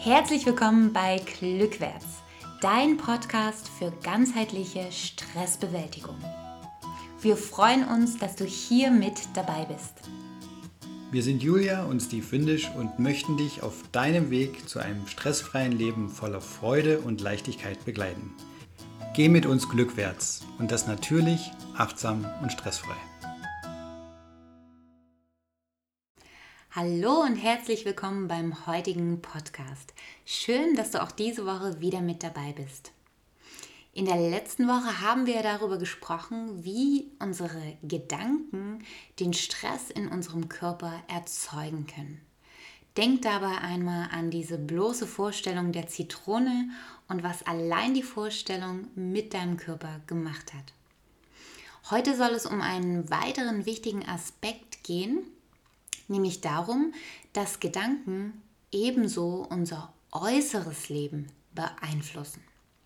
Herzlich willkommen bei Glückwärts, dein Podcast für ganzheitliche Stressbewältigung. Wir freuen uns, dass du hier mit dabei bist. Wir sind Julia und Steve Windisch und möchten dich auf deinem Weg zu einem stressfreien Leben voller Freude und Leichtigkeit begleiten. Geh mit uns glückwärts und das natürlich, achtsam und stressfrei. Hallo und herzlich willkommen beim heutigen Podcast. Schön, dass du auch diese Woche wieder mit dabei bist. In der letzten Woche haben wir darüber gesprochen, wie unsere Gedanken den Stress in unserem Körper erzeugen können. Denk dabei einmal an diese bloße Vorstellung der Zitrone und was allein die Vorstellung mit deinem Körper gemacht hat. Heute soll es um einen weiteren wichtigen Aspekt gehen, nämlich darum, dass Gedanken ebenso unser äußeres Leben beeinflussen.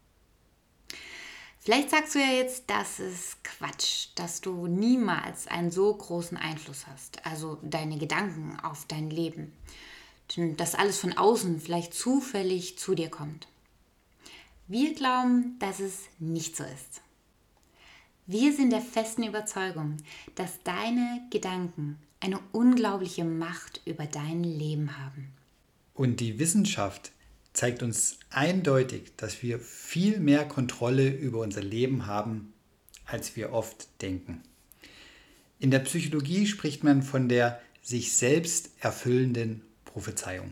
Vielleicht sagst du ja jetzt, das ist Quatsch, dass du niemals einen so großen Einfluss hast, also deine Gedanken auf dein Leben, dass alles von außen vielleicht zufällig zu dir kommt. Wir glauben, dass es nicht so ist. Wir sind der festen Überzeugung, dass deine Gedanken eine unglaubliche Macht über dein Leben haben. Und die Wissenschaft zeigt uns eindeutig, dass wir viel mehr Kontrolle über unser Leben haben, als wir oft denken. In der Psychologie spricht man von der sich selbst erfüllenden Prophezeiung.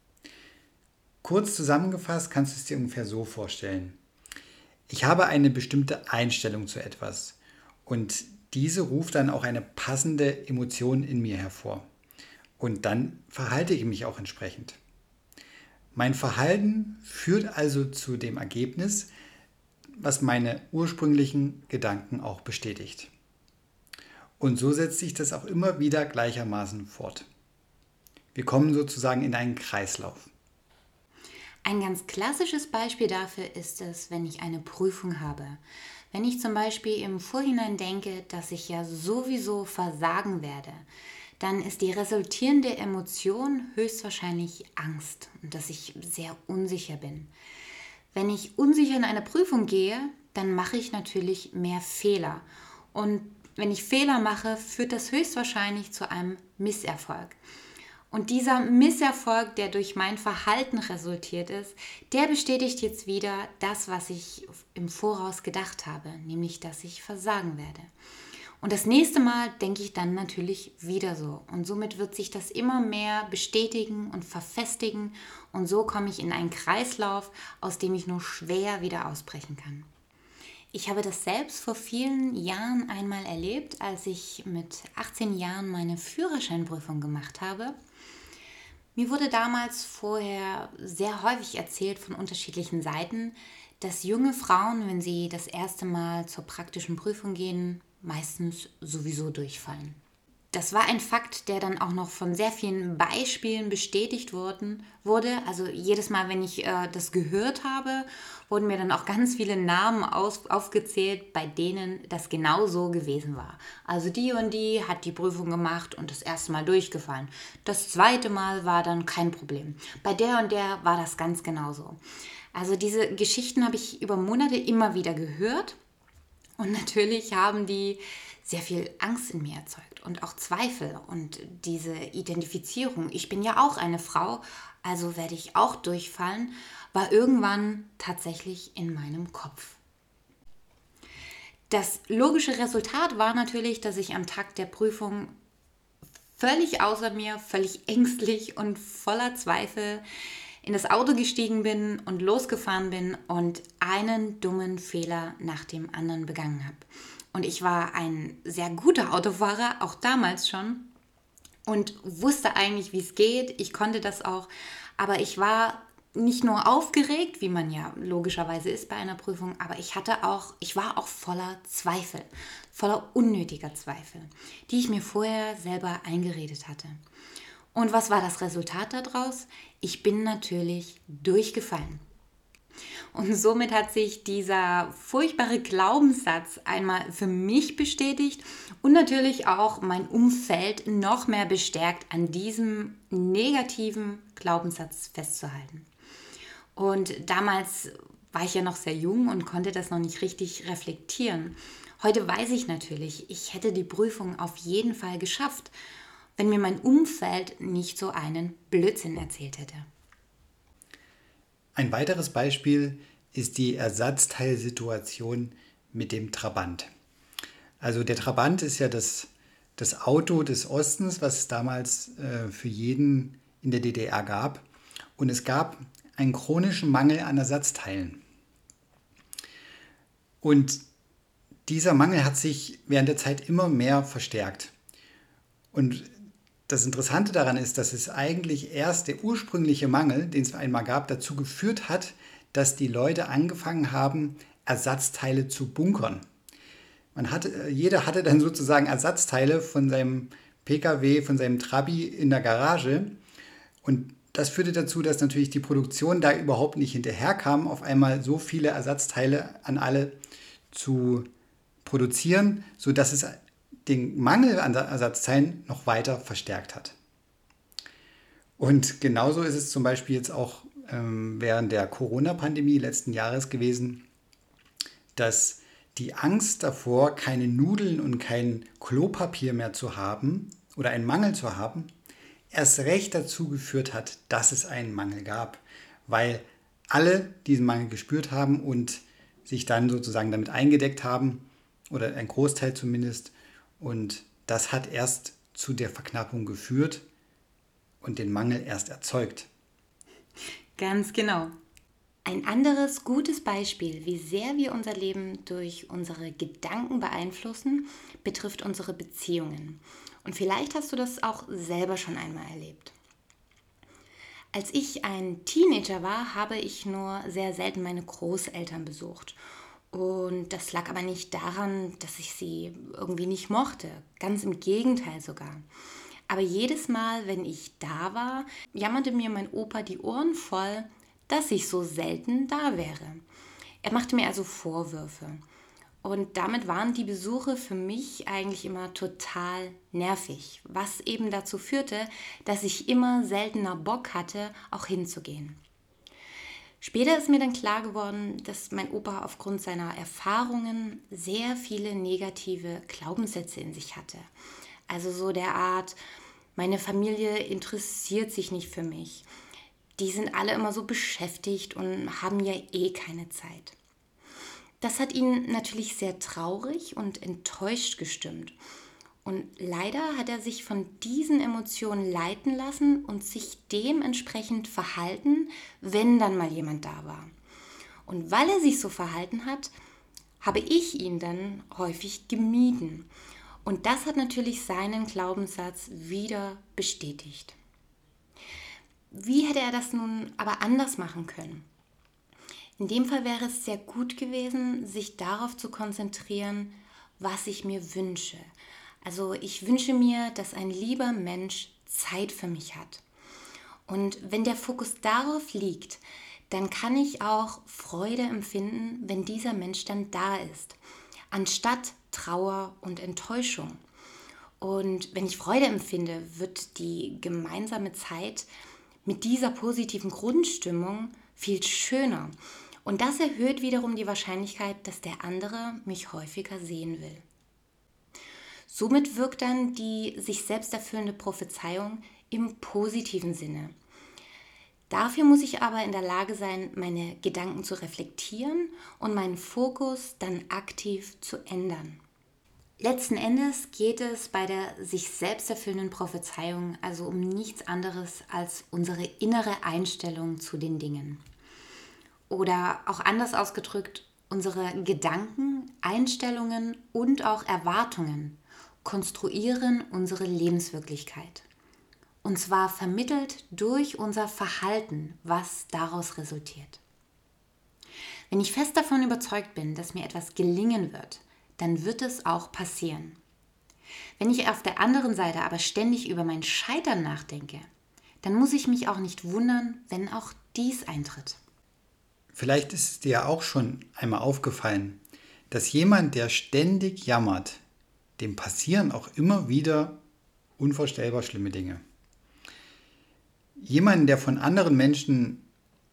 Kurz zusammengefasst kannst du es dir ungefähr so vorstellen. Ich habe eine bestimmte Einstellung zu etwas und diese ruft dann auch eine passende Emotion in mir hervor. Und dann verhalte ich mich auch entsprechend. Mein Verhalten führt also zu dem Ergebnis, was meine ursprünglichen Gedanken auch bestätigt. Und so setzt sich das auch immer wieder gleichermaßen fort. Wir kommen sozusagen in einen Kreislauf. Ein ganz klassisches Beispiel dafür ist es, wenn ich eine Prüfung habe. Wenn ich zum Beispiel im Vorhinein denke, dass ich ja sowieso versagen werde, dann ist die resultierende Emotion höchstwahrscheinlich Angst und dass ich sehr unsicher bin. Wenn ich unsicher in eine Prüfung gehe, dann mache ich natürlich mehr Fehler. Und wenn ich Fehler mache, führt das höchstwahrscheinlich zu einem Misserfolg. Und dieser Misserfolg, der durch mein Verhalten resultiert ist, der bestätigt jetzt wieder das, was ich im Voraus gedacht habe, nämlich, dass ich versagen werde. Und das nächste Mal denke ich dann natürlich wieder so. Und somit wird sich das immer mehr bestätigen und verfestigen. Und so komme ich in einen Kreislauf, aus dem ich nur schwer wieder ausbrechen kann. Ich habe das selbst vor vielen Jahren einmal erlebt, als ich mit 18 Jahren meine Führerscheinprüfung gemacht habe. Mir wurde damals vorher sehr häufig erzählt von unterschiedlichen Seiten, dass junge Frauen, wenn sie das erste Mal zur praktischen Prüfung gehen, meistens sowieso durchfallen. Das war ein Fakt, der dann auch noch von sehr vielen Beispielen bestätigt wurde. Also jedes Mal, wenn ich das gehört habe, wurden mir dann auch ganz viele Namen aufgezählt, bei denen das genau so gewesen war. Also die und die hat die Prüfung gemacht und das erste Mal durchgefallen. Das zweite Mal war dann kein Problem. Bei der und der war das ganz genauso. Also diese Geschichten habe ich über Monate immer wieder gehört. Und natürlich haben die sehr viel Angst in mir erzeugt und auch Zweifel und diese Identifizierung. Ich bin ja auch eine Frau, also werde ich auch durchfallen, war irgendwann tatsächlich in meinem Kopf. Das logische Resultat war natürlich, dass ich am Tag der Prüfung völlig außer mir, völlig ängstlich und voller Zweifel in das Auto gestiegen bin und losgefahren bin und einen dummen Fehler nach dem anderen begangen habe. Und ich war ein sehr guter Autofahrer, auch damals schon, und wusste eigentlich, wie es geht. Ich konnte das auch, aber ich war nicht nur aufgeregt, wie man ja logischerweise ist bei einer Prüfung, aber ich war auch voller Zweifel, voller unnötiger Zweifel, die ich mir vorher selber eingeredet hatte. Und was war das Resultat daraus? Ich bin natürlich durchgefallen. Und somit hat sich dieser furchtbare Glaubenssatz einmal für mich bestätigt und natürlich auch mein Umfeld noch mehr bestärkt, an diesem negativen Glaubenssatz festzuhalten. Und damals war ich ja noch sehr jung und konnte das noch nicht richtig reflektieren. Heute weiß ich natürlich, ich hätte die Prüfung auf jeden Fall geschafft, wenn mir mein Umfeld nicht so einen Blödsinn erzählt hätte. Ein weiteres Beispiel ist die Ersatzteilsituation mit dem Trabant. Also der Trabant ist ja das Auto des Ostens, was es damals für jeden in der DDR gab. Und es gab einen chronischen Mangel an Ersatzteilen. Und dieser Mangel hat sich während der Zeit immer mehr verstärkt. Und das Interessante daran ist, dass es eigentlich erst der ursprüngliche Mangel, den es einmal gab, dazu geführt hat, dass die Leute angefangen haben, Ersatzteile zu bunkern. Jeder hatte dann sozusagen Ersatzteile von seinem PKW, von seinem Trabi in der Garage. Und das führte dazu, dass natürlich die Produktion da überhaupt nicht hinterherkam, auf einmal so viele Ersatzteile an alle zu produzieren, sodass es den Mangel an Ersatzteilen noch weiter verstärkt hat. Und genauso ist es zum Beispiel jetzt auch während der Corona-Pandemie letzten Jahres gewesen, dass die Angst davor, keine Nudeln und kein Klopapier mehr zu haben oder einen Mangel zu haben, erst recht dazu geführt hat, dass es einen Mangel gab, weil alle diesen Mangel gespürt haben und sich dann sozusagen damit eingedeckt haben, oder ein Großteil zumindest. Und das hat erst zu der Verknappung geführt und den Mangel erst erzeugt. Ganz genau. Ein anderes gutes Beispiel, wie sehr wir unser Leben durch unsere Gedanken beeinflussen, betrifft unsere Beziehungen. Und vielleicht hast du das auch selber schon einmal erlebt. Als ich ein Teenager war, habe ich nur sehr selten meine Großeltern besucht. Und das lag aber nicht daran, dass ich sie irgendwie nicht mochte. Ganz im Gegenteil sogar. Aber jedes Mal, wenn ich da war, jammerte mir mein Opa die Ohren voll, dass ich so selten da wäre. Er machte mir also Vorwürfe. Und damit waren die Besuche für mich eigentlich immer total nervig, was eben dazu führte, dass ich immer seltener Bock hatte, auch hinzugehen. Später ist mir dann klar geworden, dass mein Opa aufgrund seiner Erfahrungen sehr viele negative Glaubenssätze in sich hatte. Also so der Art, meine Familie interessiert sich nicht für mich. Die sind alle immer so beschäftigt und haben ja eh keine Zeit. Das hat ihn natürlich sehr traurig und enttäuscht gestimmt. Und leider hat er sich von diesen Emotionen leiten lassen und sich dementsprechend verhalten, wenn dann mal jemand da war. Und weil er sich so verhalten hat, habe ich ihn dann häufig gemieden. Und das hat natürlich seinen Glaubenssatz wieder bestätigt. Wie hätte er das nun aber anders machen können? In dem Fall wäre es sehr gut gewesen, sich darauf zu konzentrieren, was ich mir wünsche. Also ich wünsche mir, dass ein lieber Mensch Zeit für mich hat. Und wenn der Fokus darauf liegt, dann kann ich auch Freude empfinden, wenn dieser Mensch dann da ist, anstatt Trauer und Enttäuschung. Und wenn ich Freude empfinde, wird die gemeinsame Zeit mit dieser positiven Grundstimmung viel schöner. Und das erhöht wiederum die Wahrscheinlichkeit, dass der andere mich häufiger sehen will. Somit wirkt dann die sich selbst erfüllende Prophezeiung im positiven Sinne. Dafür muss ich aber in der Lage sein, meine Gedanken zu reflektieren und meinen Fokus dann aktiv zu ändern. Letzten Endes geht es bei der sich selbst erfüllenden Prophezeiung also um nichts anderes als unsere innere Einstellung zu den Dingen. Oder auch anders ausgedrückt, unsere Gedanken, Einstellungen und auch Erwartungen konstruieren unsere Lebenswirklichkeit. Und zwar vermittelt durch unser Verhalten, was daraus resultiert. Wenn ich fest davon überzeugt bin, dass mir etwas gelingen wird, dann wird es auch passieren. Wenn ich auf der anderen Seite aber ständig über mein Scheitern nachdenke, dann muss ich mich auch nicht wundern, wenn auch dies eintritt. Vielleicht ist es dir auch schon einmal aufgefallen, dass jemand, der ständig jammert, dem passieren auch immer wieder unvorstellbar schlimme Dinge. Jemand, der von anderen Menschen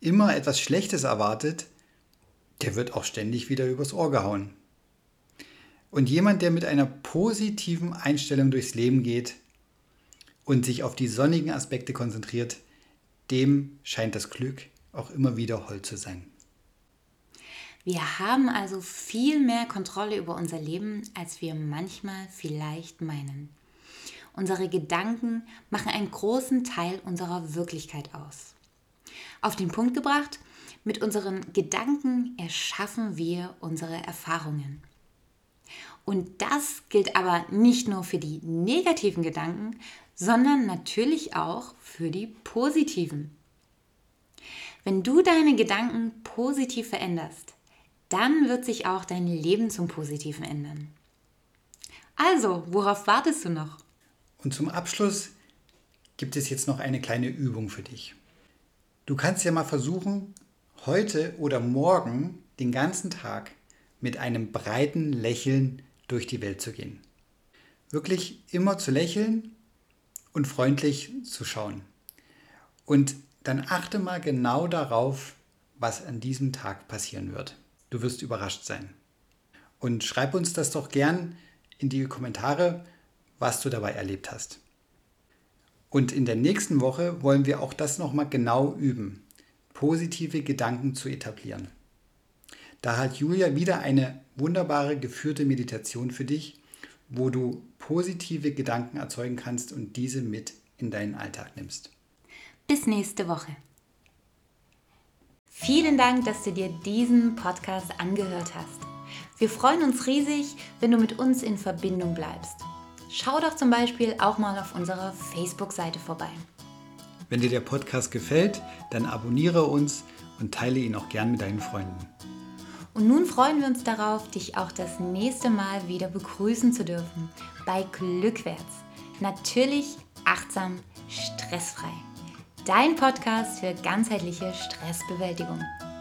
immer etwas Schlechtes erwartet, der wird auch ständig wieder übers Ohr gehauen. Und jemand, der mit einer positiven Einstellung durchs Leben geht und sich auf die sonnigen Aspekte konzentriert, dem scheint das Glück auch immer wieder hold zu sein. Wir haben also viel mehr Kontrolle über unser Leben, als wir manchmal vielleicht meinen. Unsere Gedanken machen einen großen Teil unserer Wirklichkeit aus. Auf den Punkt gebracht, mit unseren Gedanken erschaffen wir unsere Erfahrungen. Und das gilt aber nicht nur für die negativen Gedanken, sondern natürlich auch für die positiven. Wenn du deine Gedanken positiv veränderst, dann wird sich auch dein Leben zum Positiven ändern. Also, worauf wartest du noch? Und zum Abschluss gibt es jetzt noch eine kleine Übung für dich. Du kannst ja mal versuchen, heute oder morgen den ganzen Tag mit einem breiten Lächeln durch die Welt zu gehen. Wirklich immer zu lächeln und freundlich zu schauen. Und dann achte mal genau darauf, was an diesem Tag passieren wird. Du wirst überrascht sein. Und schreib uns das doch gern in die Kommentare, was du dabei erlebt hast. Und in der nächsten Woche wollen wir auch das nochmal genau üben, positive Gedanken zu etablieren. Da hat Julia wieder eine wunderbare geführte Meditation für dich, wo du positive Gedanken erzeugen kannst und diese mit in deinen Alltag nimmst. Bis nächste Woche. Vielen Dank, dass du dir diesen Podcast angehört hast. Wir freuen uns riesig, wenn du mit uns in Verbindung bleibst. Schau doch zum Beispiel auch mal auf unserer Facebook-Seite vorbei. Wenn dir der Podcast gefällt, dann abonniere uns und teile ihn auch gern mit deinen Freunden. Und nun freuen wir uns darauf, dich auch das nächste Mal wieder begrüßen zu dürfen bei Glückwärts. Natürlich achtsam, stressfrei. Dein Podcast für ganzheitliche Stressbewältigung.